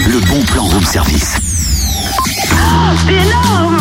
le bon plan room service. C'est énorme!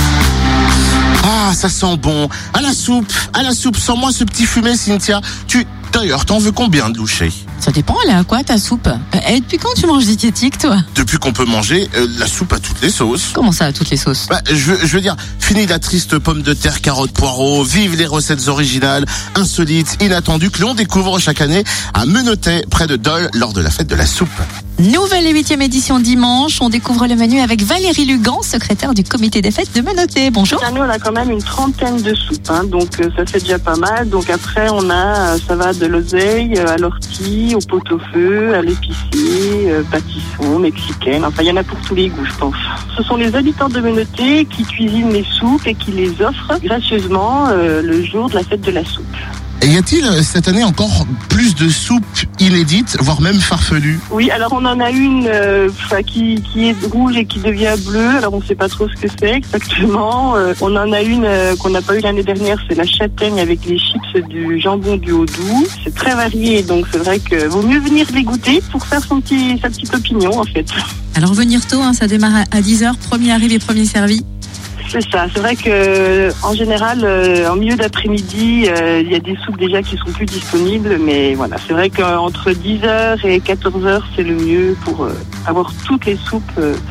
Ah, ça sent bon. À la soupe, sans-moi ce petit fumet, Cynthia. D'ailleurs, t'en veux combien de louchés? Ça dépend, elle est à quoi ta soupe? Et depuis quand tu manges diététique, toi? Depuis qu'on peut manger la soupe à toutes les sauces. Comment ça, à toutes les sauces? Je veux dire, fini la triste pomme de terre, carotte, poireau, vive les recettes originales, insolites, inattendues que l'on découvre chaque année à Menottet, près de Dole, lors de la fête de la soupe. Nouvelle et 8e édition dimanche. On découvre le menu avec Valérie Lugan, secrétaire du comité des fêtes de Menottet. Bonjour. Nous, on a quand même une trentaine de soupes, donc ça fait déjà pas mal. Donc après, ça va de l'oseille à l'ortie, au pot-au-feu, à l'épicé, pâtisson, mexicaine. Enfin, il y en a pour tous les goûts, je pense. Ce sont les habitants de Menottet qui cuisinent les soupes et qui les offrent gracieusement le jour de la fête de la soupe. Et y a-t-il cette année encore plus de soupes inédites, voire même farfelues? Oui, alors on en a une qui est rouge et qui devient bleue. Alors on ne sait pas trop ce que c'est exactement. On en a une qu'on n'a pas eu l'année dernière, c'est la châtaigne avec les chips du jambon du Haut-Doubs. C'est très varié, donc c'est vrai que vaut mieux venir les goûter pour faire sa petite opinion en fait. Alors venir tôt, ça démarre à 10h, premier arrivé, premier servi. C'est ça, c'est vrai que en général, en milieu d'après-midi, il y a des soupes déjà qui sont plus disponibles, mais voilà, c'est vrai qu'entre 10h et 14h, c'est le mieux pour avoir toutes les soupes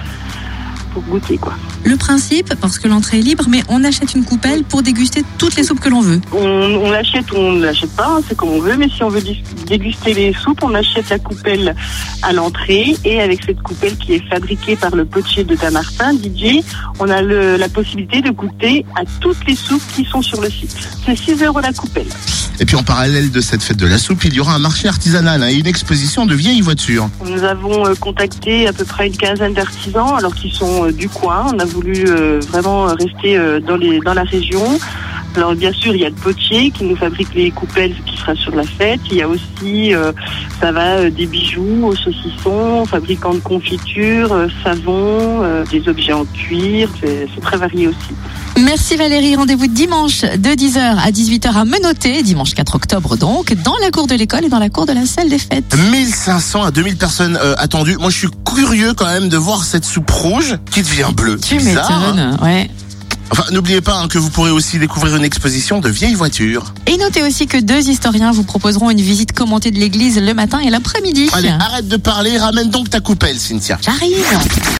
pour goûter, quoi. Le principe, parce que l'entrée est libre, mais on achète une coupelle pour déguster toutes les soupes que l'on veut. On l'achète ou on ne l'achète pas, c'est comme on veut, mais si on veut déguster les soupes, on achète la coupelle à l'entrée, et avec cette coupelle qui est fabriquée par le potier de Damartin, DJ, on a la possibilité de goûter à toutes les soupes qui sont sur le site. C'est 6 € la coupelle. Et puis en parallèle de cette fête de la soupe, il y aura un marché artisanal et une exposition de vieilles voitures. Nous avons contacté à peu près une quinzaine d'artisans, alors qui sont du coin. On a voulu vraiment rester dans la région. Alors bien sûr, il y a le potier qui nous fabrique les coupelles qui sera sur la fête. Il y a aussi, des bijoux au saucisson, fabricants de confitures, savons, des objets en cuir. C'est très varié aussi. Merci Valérie, rendez-vous dimanche de 10h à 18h à Menottet, dimanche 4 octobre donc, dans la cour de l'école et dans la cour de la salle des fêtes. 1500 à 2000 personnes attendues. Moi je suis curieux quand même de voir cette soupe rouge qui devient bleue. Tu m'étonnes, ouais. Enfin, n'oubliez pas que vous pourrez aussi découvrir une exposition de vieilles voitures. Et notez aussi que 2 historiens vous proposeront une visite commentée de l'église le matin et l'après-midi. Allez, arrête de parler, ramène donc ta coupelle, Cynthia. J'arrive.